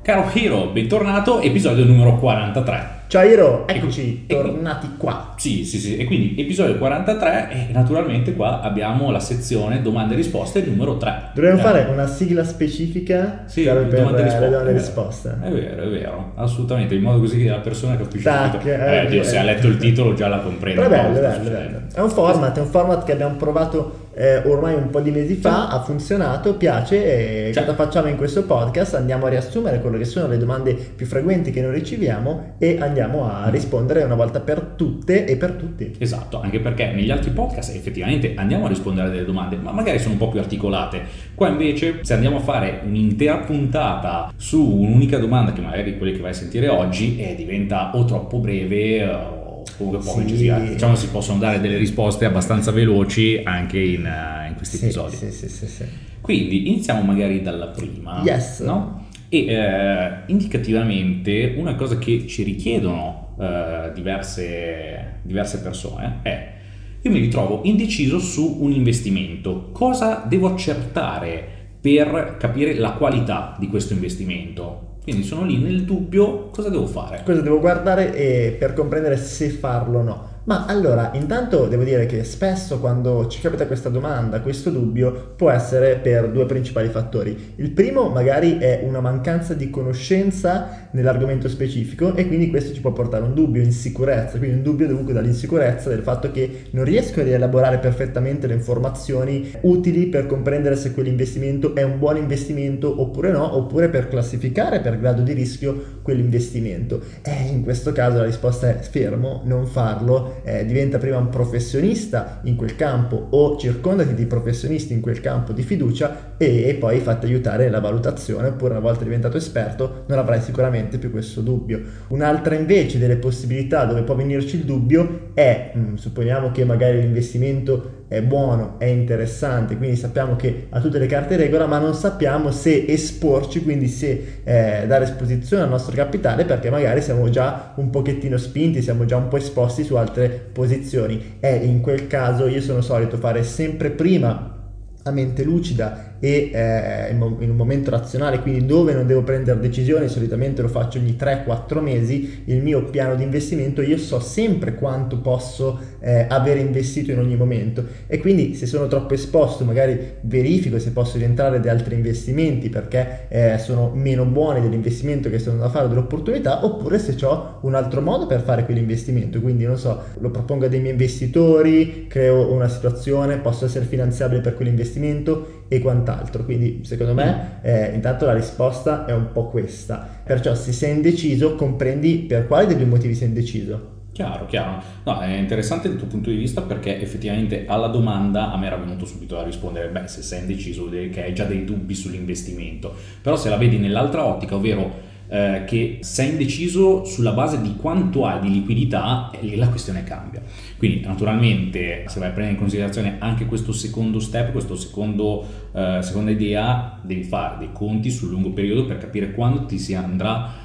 Caro Hiro, bentornato, episodio numero 43. Ciao Hiro, eccoci, tornati qua. Sì, e quindi episodio 43 e naturalmente qua abbiamo la sezione domande e risposte numero 3. Dovremmo fare una sigla specifica per domande e le domande e risposte. È vero, assolutamente, in modo così che la persona capisce Tac, subito. Se ha letto il titolo già la comprende. Però è bello. È un format che abbiamo provato ormai un po' di mesi fa, ha funzionato, piace e cosa facciamo in questo podcast? Andiamo a riassumere quello che sono le domande più frequenti che noi riceviamo e andiamo a rispondere una volta per tutte e per tutti. Esatto, anche perché negli altri podcast effettivamente andiamo a rispondere a delle domande, ma magari sono un po' più articolate. Qua invece, se andiamo a fare un'intera puntata su un'unica domanda, che magari quelle che vai a sentire oggi, diventa o troppo breve o comunque poco incisiva. Diciamo si possono dare delle risposte abbastanza veloci anche in questi episodi. Sì. Quindi iniziamo magari dalla prima. Yes. No? E indicativamente una cosa che ci richiedono diverse persone è: io mi ritrovo indeciso su un investimento, cosa devo accertare per capire la qualità di questo investimento? Quindi sono lì nel dubbio, cosa devo fare? Cosa devo guardare per comprendere se farlo o no? Ma allora, intanto devo dire che spesso quando ci capita questa domanda, questo dubbio, può essere per due principali fattori. Il primo magari è una mancanza di conoscenza nell'argomento specifico e quindi questo ci può portare a un dubbio, insicurezza, quindi un dubbio dovuto dall'insicurezza del fatto che non riesco a rielaborare perfettamente le informazioni utili per comprendere se quell'investimento è un buon investimento oppure no, oppure per classificare per grado di rischio quell'investimento. In questo caso la risposta è fermo, non farlo. Diventa prima un professionista in quel campo o circondati di professionisti in quel campo di fiducia e poi fatti aiutare nella valutazione, oppure una volta diventato esperto non avrai sicuramente più questo dubbio. Un'altra invece delle possibilità dove può venirci il dubbio è, supponiamo che magari l'investimento è buono, è interessante, quindi sappiamo che ha tutte le carte in regola, ma non sappiamo se esporci, quindi se dare esposizione al nostro capitale, perché magari siamo già un pochettino spinti, siamo già un po' esposti su altre posizioni. In quel caso io sono solito fare sempre prima a mente lucida e in un momento razionale, quindi dove non devo prendere decisioni, solitamente lo faccio ogni 3-4 mesi, il mio piano di investimento. Io so sempre quanto posso avere investito in ogni momento e quindi se sono troppo esposto magari verifico se posso rientrare da altri investimenti perché sono meno buoni dell'investimento che sto andando a fare, dell'opportunità, oppure se ho un altro modo per fare quell'investimento, quindi non so, lo propongo a dei miei investitori, creo una situazione, posso essere finanziabile per quell'investimento e quant'altro. Quindi secondo me intanto la risposta è un po' questa. Perciò se sei indeciso comprendi per quale dei due motivi sei indeciso. Chiaro. No, è interessante il tuo punto di vista perché effettivamente alla domanda a me era venuto subito da rispondere: se sei indeciso vuol dire che hai già dei dubbi sull'investimento. Però se la vedi nell'altra ottica, ovvero che sei indeciso sulla base di quanto hai di liquidità, lì la questione cambia. Quindi naturalmente se vai a prendere in considerazione anche questo secondo step, seconda idea, devi fare dei conti sul lungo periodo per capire quando ti si andrà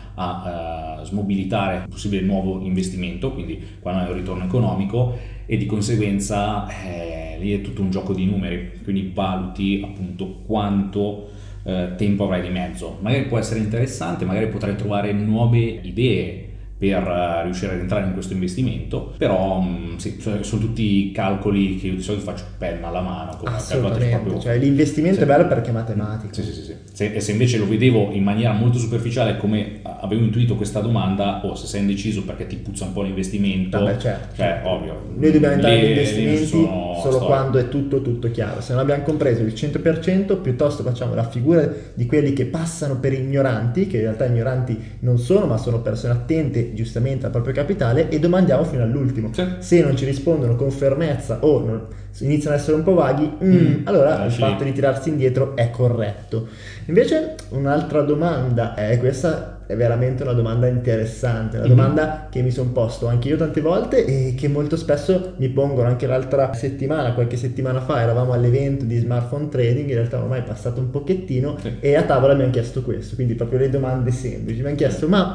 a smobilitare un possibile nuovo investimento, quindi quando hai un ritorno economico, e di conseguenza lì è tutto un gioco di numeri, quindi valuti appunto quanto tempo avrai di mezzo. Magari può essere interessante, magari potrai trovare nuove idee per riuscire ad entrare in questo investimento, però sono tutti calcoli che io di solito faccio penna alla mano. Assolutamente, cioè l'investimento è bello perché è matematico. Sì. Se invece lo vedevo in maniera molto superficiale, come avevo intuito questa domanda, se sei indeciso perché ti puzza un po' l'investimento, certo. Ovvio. Noi dobbiamo entrare negli investimenti solo quando è tutto chiaro. Se non abbiamo compreso il 100%, piuttosto facciamo la figura di quelli che passano per ignoranti, che in realtà ignoranti non sono, ma sono persone attente giustamente al proprio capitale, e domandiamo fino all'ultimo. Se non ci rispondono con fermezza o iniziano ad essere un po' vaghi, allora il fatto di tirarsi indietro è corretto. Invece un'altra domanda questa è veramente una domanda interessante, una domanda che mi sono posto anche io tante volte e che molto spesso mi pongono. Anche l'altra settimana, qualche settimana fa, eravamo all'evento di smartphone trading, in realtà ormai è passato un pochettino, e a tavola mi hanno chiesto questo, quindi proprio le domande semplici. Mi hanno chiesto: ma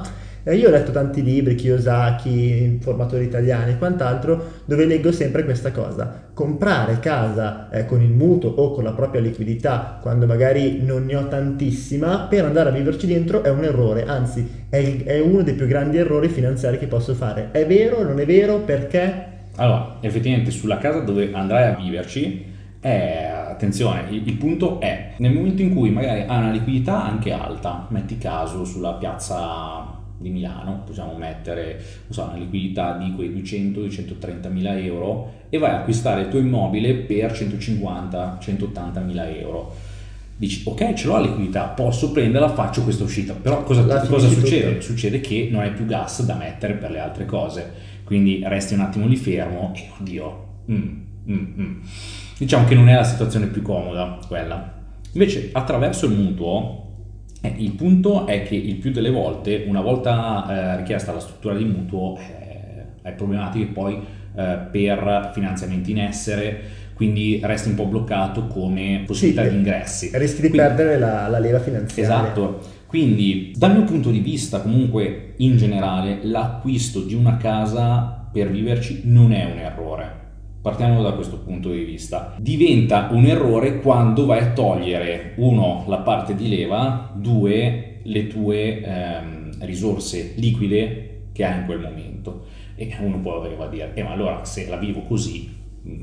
Io ho letto tanti libri, Kiyosaki, formatori italiani e quant'altro, dove leggo sempre questa cosa: comprare casa con il mutuo o con la propria liquidità, quando magari non ne ho tantissima, per andare a viverci dentro è un errore, anzi è uno dei più grandi errori finanziari che posso fare. È vero? Non è vero? Perché? Allora, effettivamente sulla casa dove andrai a viverci, attenzione, il punto è, nel momento in cui magari hai una liquidità anche alta, metti caso sulla piazza di Milano, possiamo mettere, non so, una liquidità di quei 200-230 mila euro e vai a acquistare il tuo immobile per 150-180 mila euro. Dici, ok, ce l'ho la liquidità, posso prenderla, faccio questa uscita, però cosa Finisci succede? tutto. Succede che non hai più gas da mettere per le altre cose, quindi resti un attimo lì fermo e oddio, diciamo che non è la situazione più comoda quella. Invece attraverso il mutuo, il punto è che il più delle volte, una volta richiesta la struttura di mutuo, hai problematiche poi per finanziamenti in essere, quindi resti un po' bloccato come Sì, possibilità di ingressi. rischi di Quindi, perdere la leva finanziaria. esatto, quindi dal mio punto di vista comunque in generale l'acquisto di una casa per viverci non è un errore. Partiamo da questo punto di vista. Diventa un errore quando vai a togliere, uno, la parte di leva, due, le tue risorse liquide che hai in quel momento. E uno può arrivare a dire, ma allora se la vivo così,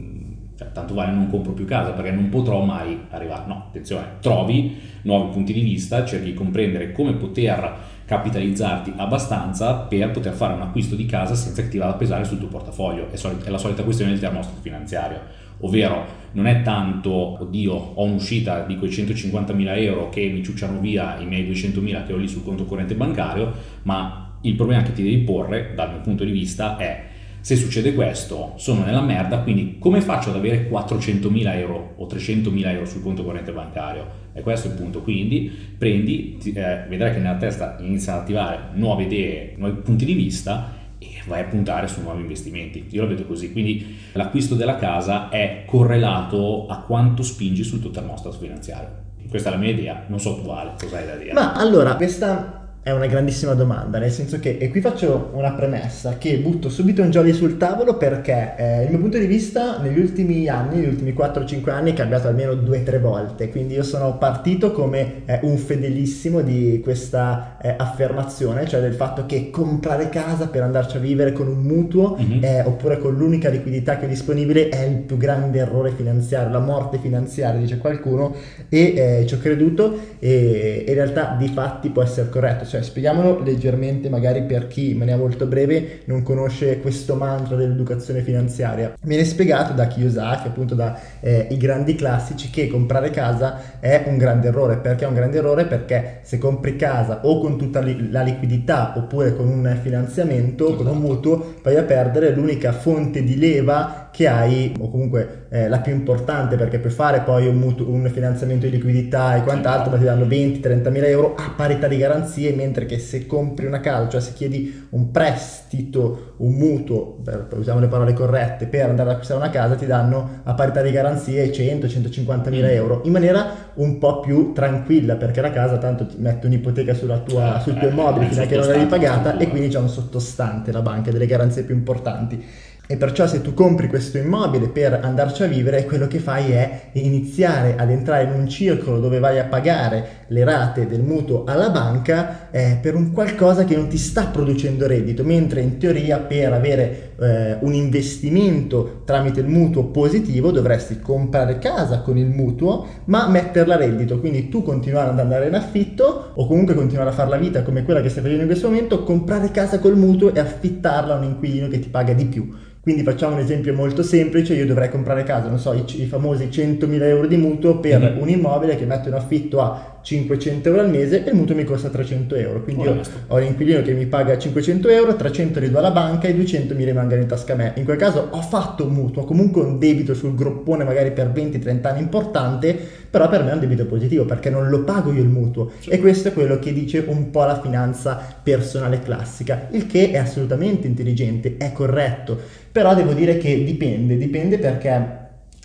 tanto vale non compro più casa perché non potrò mai arrivare. No, attenzione, trovi nuovi punti di vista, cerchi di comprendere come poter capitalizzarti abbastanza per poter fare un acquisto di casa senza che ti vada a pesare sul tuo portafoglio. È la solita questione del termostato finanziario, ovvero non è tanto, oddio, ho un'uscita di quei 150.000 euro che mi ciucciano via i miei 200.000 che ho lì sul conto corrente bancario, ma il problema che ti devi porre, dal mio punto di vista, è: se succede questo, sono nella merda, quindi come faccio ad avere 400.000 euro o 300.000 euro sul conto corrente bancario? E questo è il punto. Quindi vedrai che nella testa iniziano ad attivare nuove idee, nuovi punti di vista e vai a puntare su nuovi investimenti. Io lo vedo così, quindi l'acquisto della casa è correlato a quanto spingi sul tuo termostato finanziario. Questa è la mia idea, non so tu Ale, cosa hai da dire? Ma allora, questa è una grandissima domanda, nel senso che, e qui faccio una premessa, che butto subito un jolly sul tavolo perché il mio punto di vista negli ultimi anni, negli ultimi 4-5 anni, è cambiato almeno 2-3 volte, quindi io sono partito come un fedelissimo di questa affermazione, cioè del fatto che comprare casa per andarci a vivere con un mutuo oppure con l'unica liquidità che è disponibile è il più grande errore finanziario, la morte finanziaria, dice qualcuno, e ci ho creduto e in realtà di fatti può essere corretto. Cioè, spieghiamolo leggermente, magari per chi in maniera molto breve non conosce questo mantra dell'educazione finanziaria. Viene spiegato da Kiyosaki, appunto da i grandi classici, che comprare casa è un grande errore. Perché è un grande errore? Perché se compri casa o con tutta la liquidità oppure con un finanziamento, con un mutuo, vai a perdere l'unica fonte di leva che hai, o comunque la più importante, perché puoi fare poi un finanziamento di liquidità e quant'altro, ma ti danno 20-30 mila euro a parità di garanzie, mentre che se compri una casa, cioè se chiedi un prestito, un mutuo, usiamo le parole corrette, per andare ad acquistare una casa, ti danno a parità di garanzie 100-150 mila euro, in maniera un po' più tranquilla, perché la casa tanto ti mette un'ipoteca sul tuo immobile fino a che non l'hai pagata, e quindi c'è un sottostante, la banca, delle garanzie più importanti. E perciò se tu compri questo immobile per andarci a vivere, quello che fai è iniziare ad entrare in un circolo dove vai a pagare le rate del mutuo alla banca per un qualcosa che non ti sta producendo reddito, mentre in teoria per avere un investimento tramite il mutuo positivo dovresti comprare casa con il mutuo ma metterla a reddito, quindi tu continuare ad andare in affitto o comunque continuare a fare la vita come quella che stai facendo in questo momento, comprare casa col mutuo e affittarla a un inquilino che ti paga di più. Quindi facciamo un esempio molto semplice: io dovrei comprare casa, non so, i famosi 100.000 euro di mutuo per un immobile che metto in affitto a 500 euro al mese e il mutuo mi costa 300 euro, quindi io ho un inquilino che mi paga 500 euro, 300 li do alla banca e 200 mi rimangono in tasca a me. In quel caso ho fatto un mutuo, comunque un debito sul groppone magari per 20-30 anni importante, però per me è un debito positivo perché non lo pago io il mutuo. E questo è quello che dice un po' la finanza personale classica, il che è assolutamente intelligente, è corretto, però devo dire che dipende perché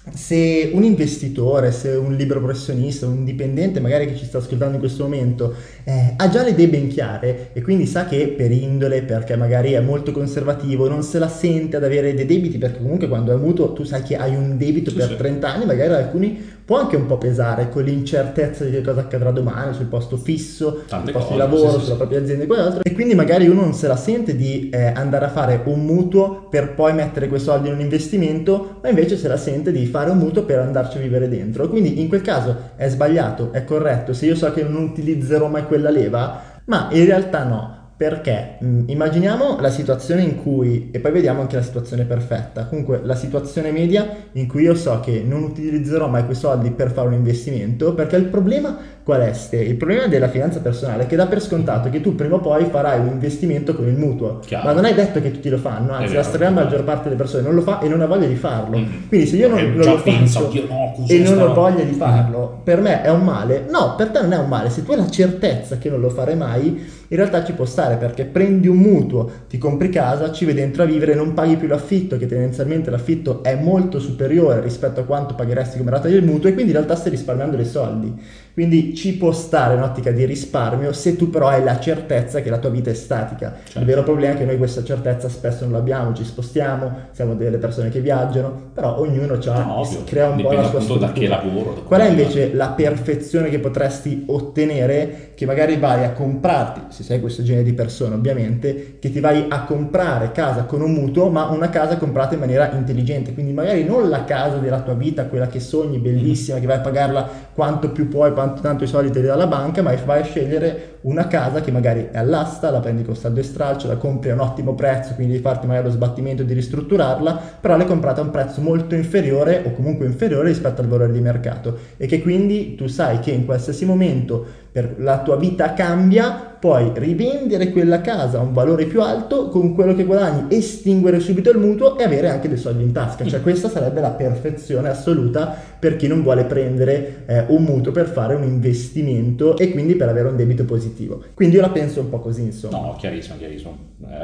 se un investitore, se un libero professionista, un dipendente magari che ci sta ascoltando in questo momento ha già le idee ben chiare e quindi sa che per indole, perché magari è molto conservativo, non se la sente ad avere dei debiti, perché comunque quando è mutuo tu sai che hai un debito Sì, per sì. 30 anni, magari alcuni può anche un po' pesare con l'incertezza di che cosa accadrà domani sul posto fisso, sul Tante posto di cose, sì, lavoro, sì, sulla sì. propria azienda e quell'altro e quindi magari uno non se la sente di andare a fare un mutuo per poi mettere quei soldi in un investimento, ma invece se la sente di fare un mutuo per andarci a vivere dentro. Quindi in quel caso è sbagliato, è corretto, se io so che non utilizzerò mai quella leva, ma in realtà no. Perché immaginiamo la situazione in cui, e poi vediamo anche la situazione perfetta, comunque la situazione media in cui io so che non utilizzerò mai quei soldi per fare un investimento, perché il problema qual è? Il problema della finanza personale è che dà per scontato che tu prima o poi farai un investimento con il mutuo, ma non Chiaro, è detto che tutti lo fanno, è anzi la vero, stragrande maggior infatti. parte delle persone non lo fa e non ha voglia di farlo. Mm. Quindi se io Magari non già lo pensa, faccio oddio no, e cos'è non sta ho roba? voglia di farlo, per me è un male? No, per te non è un male, se tu hai la certezza che non lo farai mai, in realtà ci può stare perché prendi un mutuo, ti compri casa, ci vai dentro a vivere, non paghi più l'affitto, che tendenzialmente l'affitto è molto superiore rispetto a quanto pagheresti come rata del mutuo e quindi in realtà stai risparmiando dei soldi. Quindi ci può stare un'ottica di risparmio se tu però hai la certezza che la tua vita è statica. Il Certo. vero problema è che noi questa certezza spesso non l'abbiamo, ci spostiamo, siamo delle persone che viaggiano, però ognuno No, ovvio, crea un po' la dipende sua appunto da che struttura. lavoro, da Qual come è viva. invece la perfezione che potresti ottenere? Che magari vai a comprarti, se sei questo genere di persona ovviamente, che ti vai a comprare casa con un mutuo, ma una casa comprata in maniera intelligente, quindi magari non la casa della tua vita, quella che sogni, Mhm. bellissima, che vai a pagarla quanto più puoi, quanto tanto i soldi te li dà la banca, ma vai a scegliere una casa che magari è all'asta, la prendi con saldo e stralcio, la compri a un ottimo prezzo, quindi devi farti magari lo sbattimento di ristrutturarla, però l'hai comprata a un prezzo molto inferiore o comunque inferiore rispetto al valore di mercato e che quindi tu sai che in qualsiasi momento per la tua vita cambia, puoi rivendere quella casa a un valore più alto, con quello che guadagni estinguere subito il mutuo e avere anche dei soldi in tasca. Cioè questa sarebbe la perfezione assoluta per chi non vuole prendere un mutuo per fare un investimento e quindi per avere un debito positivo. Quindi io la penso un po' così, insomma. No, chiarissimo, chiarissimo.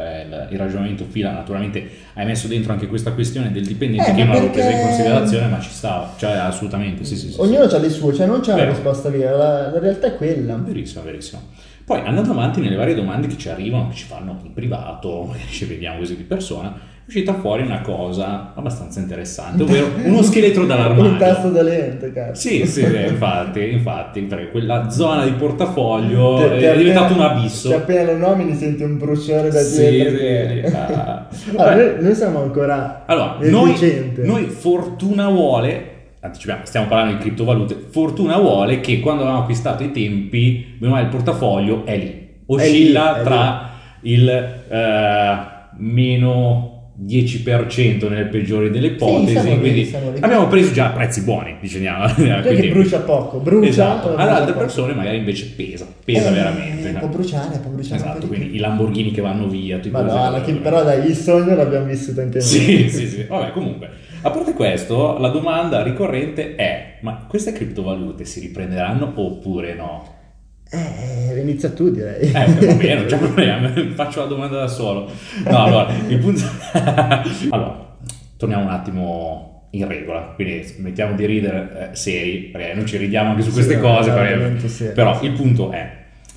Il ragionamento fila, naturalmente hai messo dentro anche questa questione del dipendente che io Ma non avevo presa in perché considerazione, ma ci stava, cioè assolutamente, sì, sì, sì, sì. ognuno ha le sue, cioè non c'è una Vero, risposta vera, la realtà è quella. verissimo, verissimo. Poi andando avanti nelle varie domande che ci arrivano, che ci fanno in privato, magari ci vediamo così di persona, è uscita fuori una cosa abbastanza interessante, ovvero uno scheletro Un dall'armadio. tasto dolente, cazzo. Sì, sì, infatti, perché quella zona di portafoglio Che è diventato un appena, che abisso. appena lo nomini senti un bruciore da Sì, dietro sì, che... Allora, vabbè. noi siamo ancora Allora, nel noi decente. fortuna vuole, anticipiamo, stiamo parlando di criptovalute, fortuna vuole che quando avevamo acquistato i tempi, bene o male, il portafoglio è lì, È lì, oscilla è lì. tra il meno 10% nelle peggiori delle Sì, ipotesi, quindi siamo lì. abbiamo preso già prezzi buoni, diciamo, a Cioè quei che tempi. brucia poco, brucia, Esatto, ad brucia altre poco. persone magari invece pesa veramente. Può bruciare un po' Esatto, di più. quindi i Lamborghini che vanno via, tutte queste Madonna, cose. però dai, il sogno l'abbiamo vissuto anche Sì, noi. sì, sì. Vabbè, comunque, a parte questo, la domanda ricorrente è: ma queste criptovalute si riprenderanno oppure no? Inizia tu direi. Va bene, non c'è problema, faccio la domanda da solo. No, allora, il punto... allora, torniamo un attimo in regola, quindi smettiamo di ridere seri, perché noi ci ridiamo anche su Sì, queste no, cose, è un perché... argomento serio, però sì. il punto è,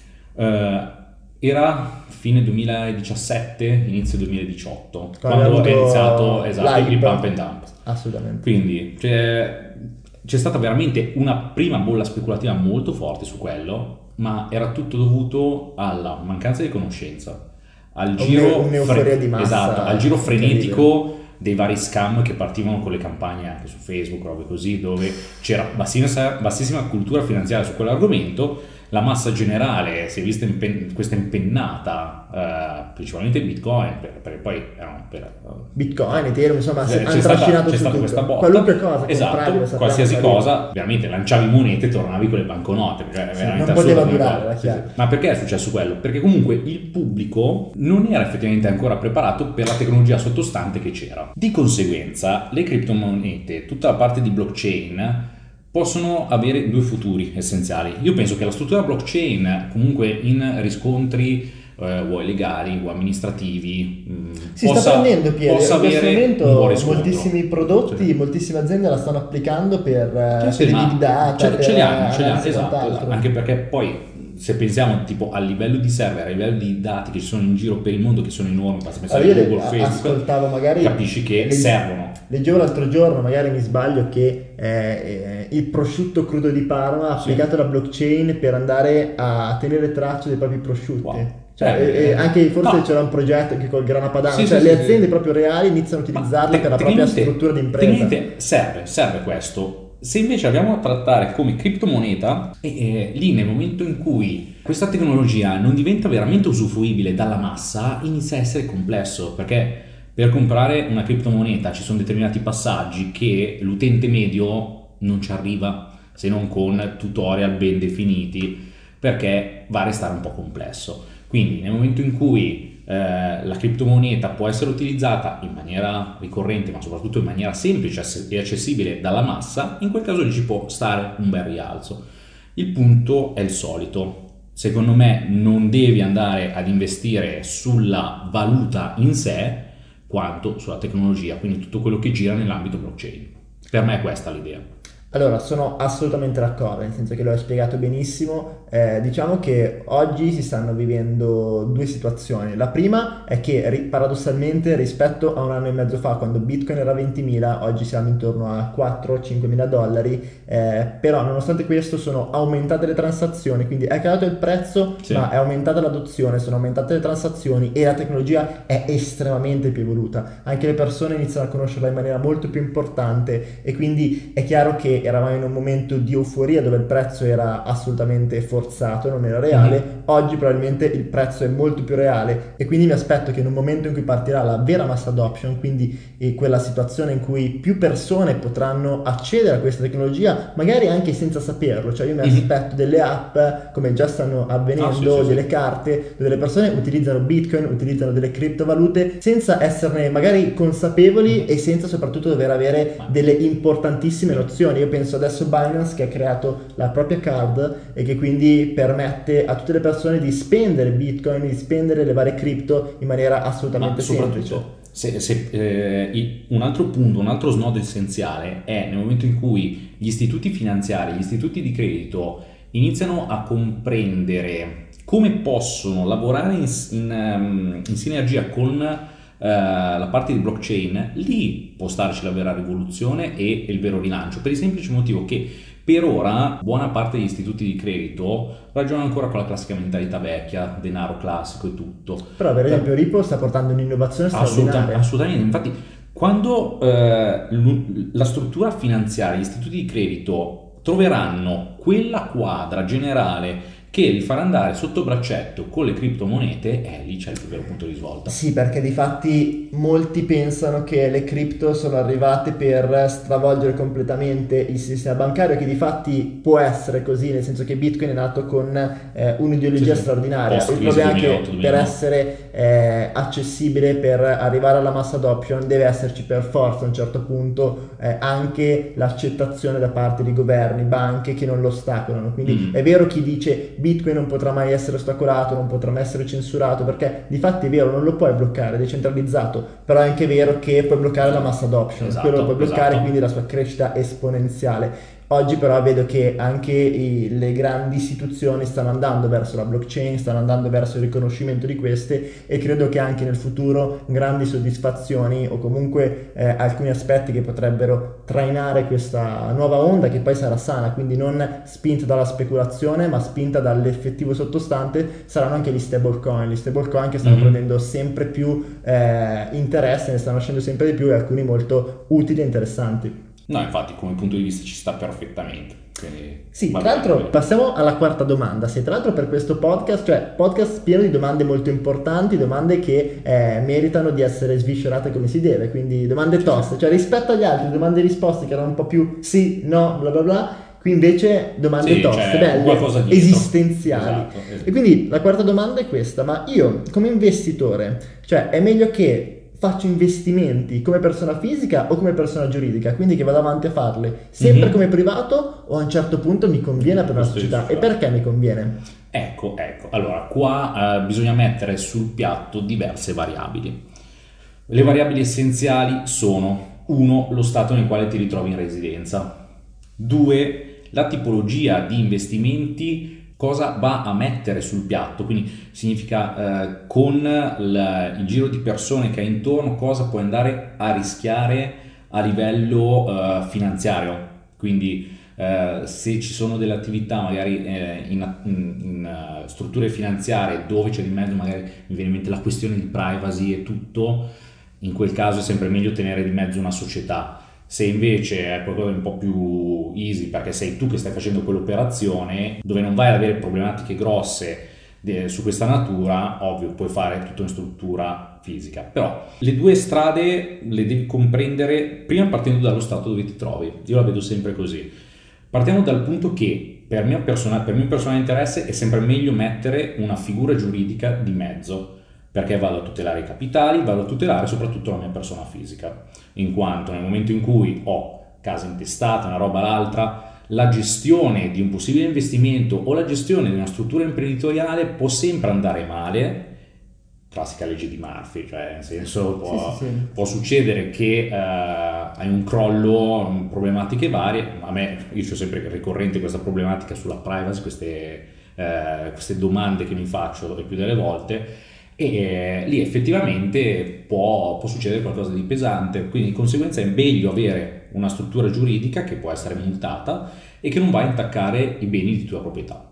era fine 2017, inizio 2018, Quando quando abbiamo è iniziato, avuto esatto, il l'hype. pump and dump. Assolutamente. Quindi c'è stata veramente una prima bolla speculativa molto forte su quello, ma era tutto dovuto alla mancanza di conoscenza, al giro, Un'euforia di esatto, al giro massa incredibile. frenetico dei vari scam che partivano con le campagne anche su Facebook, robe così, dove c'era bassissima cultura finanziaria su quell'argomento. La massa generale si è vista questa impennata, principalmente in Bitcoin, perché poi Bitcoin, Ethereum, insomma, hanno trascinato c'è su stata questa tutto. botta. Qualunque cosa compravi, lo Esatto, sappiamo qualsiasi salire. cosa, veramente lanciavi monete e tornavi con le banconote, cioè è Sì, veramente non assurdo poteva come durare, cosa. era Sì, sì. chiaro. Ma perché è successo quello? Perché comunque il pubblico non era effettivamente ancora preparato per la tecnologia sottostante che c'era. Di conseguenza, le criptomonete, tutta la parte di blockchain, possono avere due futuri essenziali. Io penso che la struttura blockchain, comunque in riscontri vuoi legali, vuoi amministrativi, Si sta prendendo piede, possa in questo avere momento un buon riscontro. moltissimi prodotti, Sì. moltissime aziende la stanno applicando Sì, per i ma big data, per ce li hanno, analisi e esatto, quant'altro. anche perché poi se pensiamo tipo a livello di server, a livello di dati che ci sono in giro per il mondo, che sono enormi, basta pensare Allora, a io Google, Facebook, ascoltavo magari, capisci che servono. leggevo l'altro giorno, magari mi sbaglio, che il prosciutto crudo di Parma ha Sì. applicato la blockchain per andare a tenere traccia dei propri prosciutti. Wow. Cioè, anche forse no. c'era un progetto anche col grana padano, Sì, cioè sì, le sì, aziende sì. proprio reali iniziano a Ma utilizzarla per la propria struttura di impresa. tecnicamente serve questo. Se invece andiamo a trattare come criptomoneta, lì nel momento in cui questa tecnologia non diventa veramente usufruibile dalla massa, inizia a essere complesso, perché per comprare una criptomoneta ci sono determinati passaggi che l'utente medio non ci arriva, se non con tutorial ben definiti, perché va a restare un po' complesso. Quindi nel momento in cui la criptomoneta può essere utilizzata in maniera ricorrente, ma soprattutto in maniera semplice e accessibile dalla massa, in quel caso lì ci può stare un bel rialzo. Il punto è il solito. Secondo me non devi andare ad investire sulla valuta in sé quanto sulla tecnologia, quindi tutto quello che gira nell'ambito blockchain. Per me è questa l'idea. Allora, sono assolutamente d'accordo, nel senso che lo hai spiegato benissimo. Diciamo che oggi si stanno vivendo due situazioni. La prima è che paradossalmente rispetto a un anno e mezzo fa, quando Bitcoin era 20.000, oggi siamo intorno a 4-5 mila dollari, però nonostante questo sono aumentate le transazioni, quindi è calato il prezzo, Sì. ma è aumentata l'adozione, sono aumentate le transazioni e la tecnologia è estremamente più evoluta. Anche le persone iniziano a conoscerla in maniera molto più importante e quindi è chiaro che eravamo in un momento di euforia dove il prezzo era assolutamente forzato, non era reale. Oggi probabilmente il prezzo è molto più reale e quindi mi aspetto che in un momento in cui partirà la vera mass adoption, quindi quella situazione in cui più persone potranno accedere a questa tecnologia, magari anche senza saperlo, cioè io mi aspetto delle app, come già stanno avvenendo, delle carte dove le persone utilizzano Bitcoin, utilizzano delle criptovalute senza esserne magari consapevoli e senza soprattutto dover avere delle importantissime nozioni. Io penso adesso a Binance che ha creato la propria card e che quindi permette a tutte le persone di spendere Bitcoin, di spendere le varie cripto in maniera assolutamente semplice. Un altro punto, un altro snodo essenziale è nel momento in cui gli istituti finanziari, gli istituti di credito iniziano a comprendere come possono lavorare in sinergia con la parte di blockchain, lì può starci la vera rivoluzione e il vero rilancio, per il semplice motivo che per ora buona parte degli istituti di credito ragionano ancora con la classica mentalità vecchia, denaro classico e tutto. Però per esempio Ripple sta portando un'innovazione straordinaria. Assolutamente, infatti quando la struttura finanziaria, gli istituti di credito troveranno quella quadra generale che li farà andare sotto braccetto con le criptomonete, lì c'è il vero punto di svolta. Sì, perché di fatti molti pensano che le cripto sono arrivate per stravolgere completamente il sistema bancario, che di fatti può essere così, nel senso che Bitcoin è nato con un'ideologia straordinaria. Il problema è che per essere accessibile, per arrivare alla mass adoption, deve esserci per forza a un certo punto anche l'accettazione da parte di governi, banche che non lo ostacolano. Quindi è vero chi dice Bitcoin non potrà mai essere ostacolato, non potrà mai essere censurato, perché di fatti è vero, non lo puoi bloccare, è decentralizzato, però è anche vero che puoi bloccare la mass adoption, quello lo puoi bloccare, quindi la sua crescita esponenziale. Oggi però vedo che anche le grandi istituzioni stanno andando verso la blockchain, stanno andando verso il riconoscimento di queste e credo che anche nel futuro grandi soddisfazioni o comunque alcuni aspetti che potrebbero trainare questa nuova onda che poi sarà sana, quindi non spinta dalla speculazione ma spinta dall'effettivo sottostante, saranno anche gli stablecoin. Gli stablecoin che stanno prendendo sempre più interesse, ne stanno uscendo sempre di più e alcuni molto utili e interessanti. No, infatti come punto di vista ci sta perfettamente. Sì, tra l'altro passiamo alla quarta domanda. Se tra l'altro per questo podcast, cioè podcast pieno di domande molto importanti, domande che meritano di essere sviscerate come si deve, quindi domande toste, cioè rispetto agli altri domande e risposte che erano un po' più sì, no, bla bla bla, qui invece domande toste, belle, esistenziali. Esatto. E quindi la quarta domanda è questa: ma io come investitore, cioè è meglio che faccio investimenti come persona fisica o come persona giuridica, quindi che vado avanti a farle sempre come privato o a un certo punto mi conviene per una società, e perché mi conviene? Ecco, allora qua bisogna mettere sul piatto diverse variabili. Le variabili essenziali sono: 1, lo stato nel quale ti ritrovi in residenza; 2, la tipologia di investimenti, cosa va a mettere sul piatto, quindi significa con il giro di persone che hai intorno cosa puoi andare a rischiare a livello finanziario, quindi se ci sono delle attività magari in strutture finanziarie dove c'è di mezzo, magari mi viene in mente la questione di privacy e tutto, in quel caso è sempre meglio tenere di mezzo una società. Se invece è qualcosa di un po' più easy, perché sei tu che stai facendo quell'operazione, dove non vai ad avere problematiche grosse su questa natura, ovvio, puoi fare tutto in struttura fisica. Però le due strade le devi comprendere prima partendo dallo stato dove ti trovi. Io la vedo sempre così. Partiamo dal punto che per mio personale interesse è sempre meglio mettere una figura giuridica di mezzo, perché vado a tutelare i capitali, vado a tutelare soprattutto la mia persona fisica, in quanto nel momento in cui ho casa intestata, una roba l'altra, la gestione di un possibile investimento o la gestione di una struttura imprenditoriale può sempre andare male. Classica legge di Murphy, cioè nel senso può succedere che hai un crollo, problematiche varie. Io ho sempre ricorrente questa problematica sulla privacy, queste domande che mi faccio il più delle volte, e lì effettivamente può succedere qualcosa di pesante, quindi di conseguenza è meglio avere una struttura giuridica che può essere multata e che non va a intaccare i beni di tua proprietà.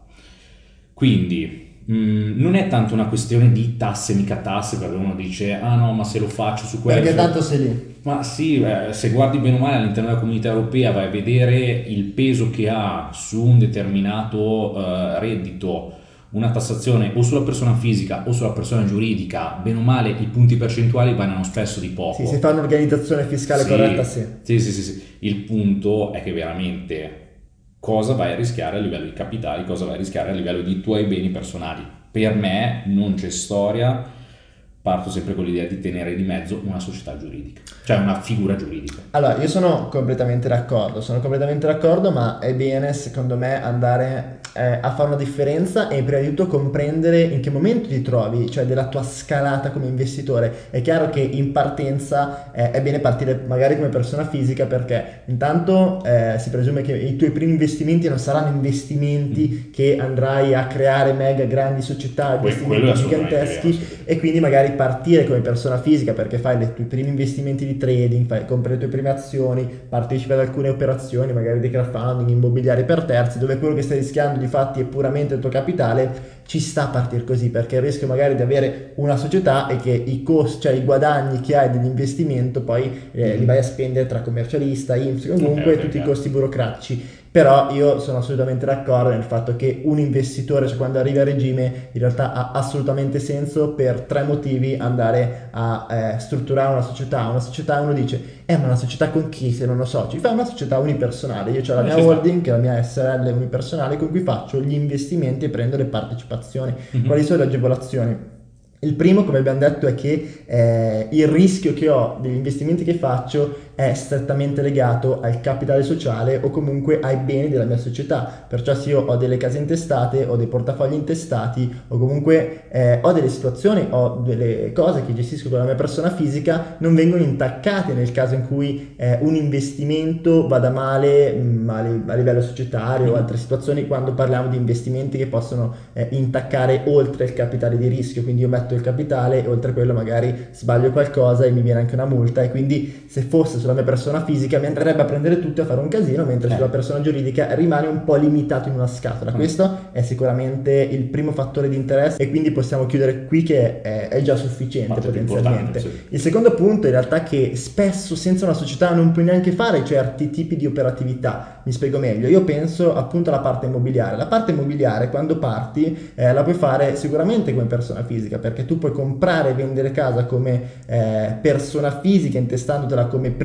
Quindi non è tanto una questione di tasse, mica tasse, perché uno dice ah no, ma se lo faccio su quello, perché tanto sei lì. Ma sì, se guardi bene o male all'interno della comunità europea vai a vedere il peso che ha su un determinato reddito una tassazione o sulla persona fisica o sulla persona giuridica, bene o male i punti percentuali variano spesso di poco. Sì, se fa un'organizzazione fiscale corretta, sì. Sì. Il punto è che veramente cosa vai a rischiare a livello di capitali, cosa vai a rischiare a livello di tuoi beni personali. Per me non c'è storia, parto sempre con l'idea di tenere di mezzo una società giuridica, cioè una figura giuridica. Allora, io sono completamente d'accordo, ma è bene secondo me andare a fare una differenza e prima di tutto comprendere in che momento ti trovi, cioè della tua scalata come investitore. È chiaro che in partenza è bene partire magari come persona fisica, perché intanto si presume che i tuoi primi investimenti non saranno investimenti che andrai a creare mega grandi società, investimenti giganteschi, e quindi magari partire come persona fisica perché fai i tuoi primi investimenti di trading, compri le tue prime azioni, partecipi ad alcune operazioni, magari di crowdfunding, immobiliari per terzi, dove quello che stai rischiando di fatti è puramente il tuo capitale. Ci sta a partire così, perché il rischio magari di avere una società è che i costi, cioè i guadagni che hai dell'investimento poi li vai a spendere tra commercialista, INPS, comunque tutti i costi burocratici. Però io sono assolutamente d'accordo nel fatto che un investitore, cioè quando arriva a regime, in realtà ha assolutamente senso per tre motivi andare a strutturare una società. Una società, uno dice, ma una società con chi? Se non lo so, ci fai una società unipersonale. Io ho la mia holding, che è la mia SRL unipersonale, con cui faccio gli investimenti e prendo le partecipazioni. Quali sono le agevolazioni? Il primo, come abbiamo detto, è che il rischio che ho degli investimenti che faccio è strettamente legato al capitale sociale o comunque ai beni della mia società. Perciò se io ho delle case intestate, ho dei portafogli intestati, o comunque ho delle situazioni, ho delle cose che gestisco con la mia persona fisica, non vengono intaccate nel caso in cui un investimento vada male a livello societario o altre situazioni, quando parliamo di investimenti che possono intaccare oltre il capitale di rischio. Quindi io metto il capitale e oltre a quello magari sbaglio qualcosa e mi viene anche una multa, e quindi se fosse sulla mia persona fisica mi andrebbe a prendere tutto e a fare un casino, mentre sulla persona giuridica rimane un po' limitato in una scatola. Questo è sicuramente il primo fattore di interesse, e quindi possiamo chiudere qui che è già sufficiente potenzialmente. Sì. Il secondo punto in realtà è che spesso senza una società non puoi neanche fare certi tipi di operatività. Mi spiego meglio. Io penso appunto alla parte immobiliare. La parte immobiliare, quando parti, la puoi fare sicuramente come persona fisica, perché tu puoi comprare e vendere casa come persona fisica, intestandotela come prima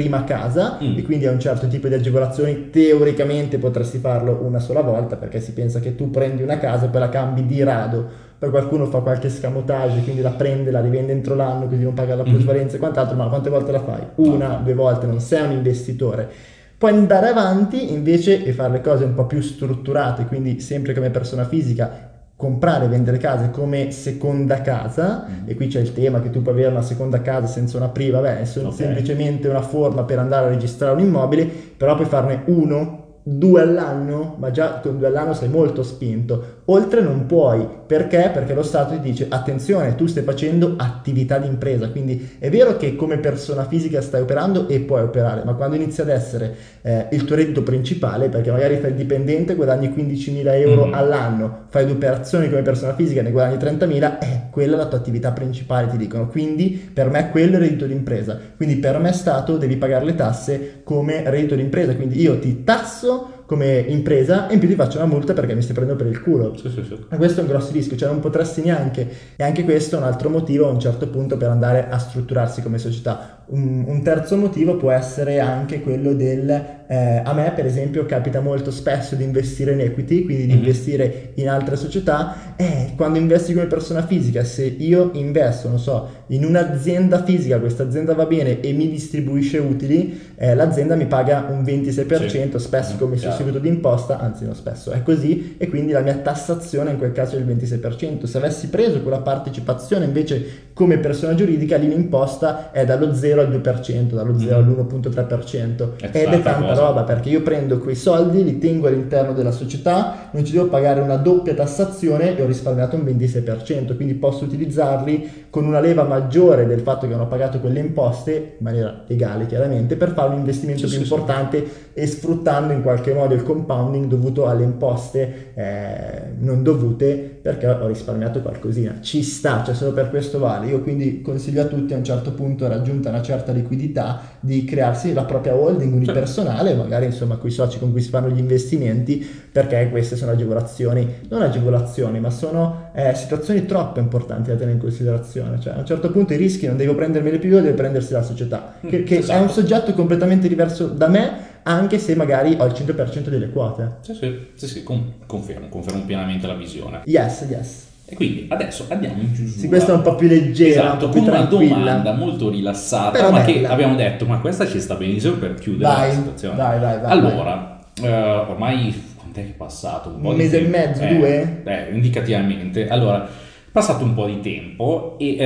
prima casa e quindi a un certo tipo di agevolazioni teoricamente potresti farlo una sola volta, perché si pensa che tu prendi una casa e poi la cambi di rado. Poi qualcuno fa qualche escamotage, quindi la prende, la rivende entro l'anno, così non paga la plusvalenza e quant'altro, ma quante volte la fai? Una, 2 volte, non sei un investitore. Puoi andare avanti invece e fare le cose un po' più strutturate, quindi sempre come persona fisica, comprare e vendere case come seconda casa, e qui c'è il tema che tu puoi avere una seconda casa senza una prima, beh, è semplicemente una forma per andare a registrare un immobile, però puoi farne uno, 2 all'anno, ma già con 2 all'anno sei molto spinto. Oltre non puoi, perché? Perché lo Stato ti dice attenzione, tu stai facendo attività di impresa, quindi è vero che come persona fisica stai operando e puoi operare, ma quando inizia ad essere il tuo reddito principale, perché magari fai il dipendente, guadagni 15.000 euro all'anno, fai 2 operazioni come persona fisica, ne guadagni 30.000, quella è la tua attività principale, ti dicono. Quindi per me quello è il reddito d'impresa, quindi per me Stato devi pagare le tasse come reddito d'impresa, quindi io ti tasso come impresa e in più ti faccio una multa perché mi stai prendendo per il culo. Sì. E questo è un grosso rischio, cioè non potresti neanche, e anche questo è un altro motivo a un certo punto per andare a strutturarsi come società. Un terzo motivo può essere anche quello a me per esempio capita molto spesso di investire in equity, quindi di investire in altre società, e quando investi come persona fisica, se io investo, non so, in un'azienda fisica, questa azienda va bene e mi distribuisce utili, l'azienda mi paga un 26%, spesso come sostituto di imposta, anzi non spesso, è così, e quindi la mia tassazione in quel caso è il 26%. Se avessi preso quella partecipazione invece come persona giuridica, lì l'imposta è dallo 0 al 2%, dallo 0 all'1,3%, ed è tanta roba, perché io prendo quei soldi, li tengo all'interno della società, non ci devo pagare una doppia tassazione e ho risparmiato un 26%, quindi posso utilizzarli con una leva maggiore del fatto che hanno pagato quelle imposte, in maniera legale chiaramente, per fare un investimento più importante e sfruttando in qualche modo il compounding dovuto alle imposte non dovute, perché ho risparmiato qualcosina. Ci sta, cioè solo per questo vale. Io quindi consiglio a tutti a un certo punto, raggiunta una certa liquidità, di crearsi la propria holding unipersonale, magari insomma con i soci con cui si fanno gli investimenti, perché queste sono non agevolazioni, ma sono situazioni troppo importanti da tenere in considerazione. Cioè a un certo punto i rischi non devo prendermeli più io, devo prendersi la società, che è un soggetto completamente diverso da me, anche se magari ho il 100% delle quote. Sì, confermo pienamente la visione. Yes. E quindi adesso andiamo in chiusura. Sì, questa è un po' più leggera, esatto, un po' più con tranquilla. Una domanda molto rilassata, però ma bella. che abbiamo detto, ma questa ci sta benissimo per chiudere la situazione. Vai. Allora, ormai quant'è che è passato? Un mese e mezzo, 2? Indicativamente. Allora, è passato un po' di tempo e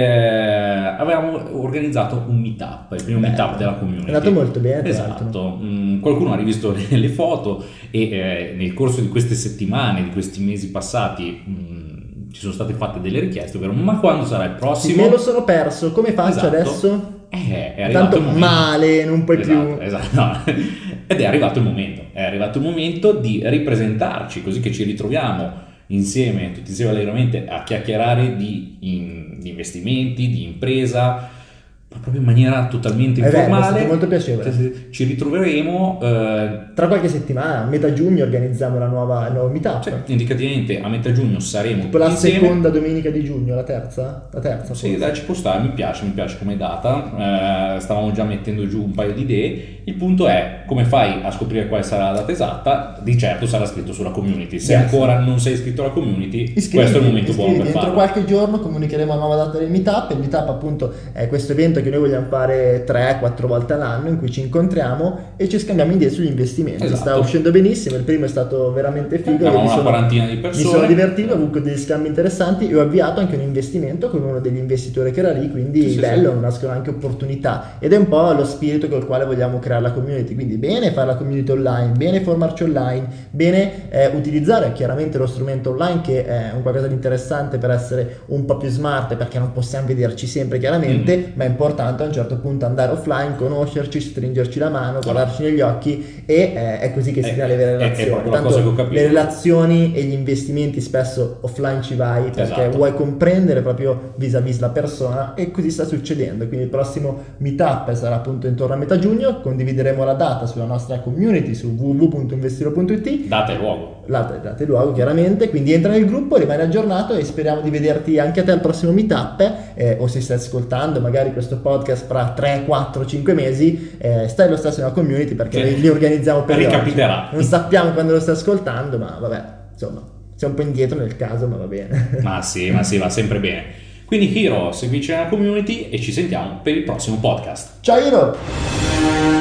avevamo organizzato un meetup, il primo meetup della community. È andato molto bene. Esatto. Qualcuno ha rivisto le foto e nel corso di queste settimane, di questi mesi passati, ci sono state fatte delle richieste, ovvero ma quando sarà il prossimo? Sì, me lo sono perso, come faccio adesso? È arrivato il momento. Male, non puoi più. Esatto. No. Ed è arrivato il momento di ripresentarci, così che ci ritroviamo insieme, tutti insieme allegramente, a chiacchierare di investimenti, di impresa, ma proprio in maniera totalmente informale. È stato molto piacevole. Ci ritroveremo tra qualche settimana, a metà giugno organizziamo il nuovo meetup. Cioè, indicativamente a metà giugno saremo tipo la seconda domenica di giugno, la terza sì, dai, ci può stare, mi piace come data. Stavamo già mettendo giù un paio di idee. Il punto è come fai a scoprire quale sarà la data esatta. Di certo sarà scritto sulla community. Se ancora non sei iscritto alla community, questo è il momento buono per farlo. Entro qualche giorno comunicheremo la nuova data del meetup. Il meetup appunto è questo evento che noi vogliamo fare 3-4 volte all'anno, in cui ci incontriamo e ci scambiamo idee sugli investimenti. Esatto. Sta uscendo benissimo, il primo è stato veramente figo. Una quarantina di persone. Mi sono divertito, ho avuto degli scambi interessanti e ho avviato anche un investimento con uno degli investitori che era lì, quindi bello, nascono anche opportunità ed è un po' lo spirito col quale vogliamo creare la community. Quindi bene fare la community online, bene formarci online, bene utilizzare chiaramente lo strumento online, che è un qualcosa di interessante per essere un po' più smart, perché non possiamo vederci sempre chiaramente, ma è importante a un certo punto andare offline, conoscerci, stringerci la mano, guardarci negli occhi e è così che si creano le vere relazioni. Tanto le relazioni e gli investimenti spesso offline ci vai perché vuoi comprendere proprio vis-à-vis la persona, e così sta succedendo. Quindi il prossimo meetup sarà appunto intorno a metà giugno, condivideremo la data sulla nostra community su www.investiro.it. Date e luogo chiaramente, quindi entra nel gruppo, rimani aggiornato e speriamo di vederti anche a te al prossimo meetup, o se stai ascoltando magari questo questo podcast fra 3, 4, 5 mesi, stai lo stesso nella community perché li organizziamo per ricapiterà. Non sappiamo quando lo stai ascoltando, ma vabbè, insomma, sei un po' indietro nel caso, ma va bene. Ma sì, va sempre bene. Quindi Hiro, seguici nella community e ci sentiamo per il prossimo podcast. Ciao Hiro!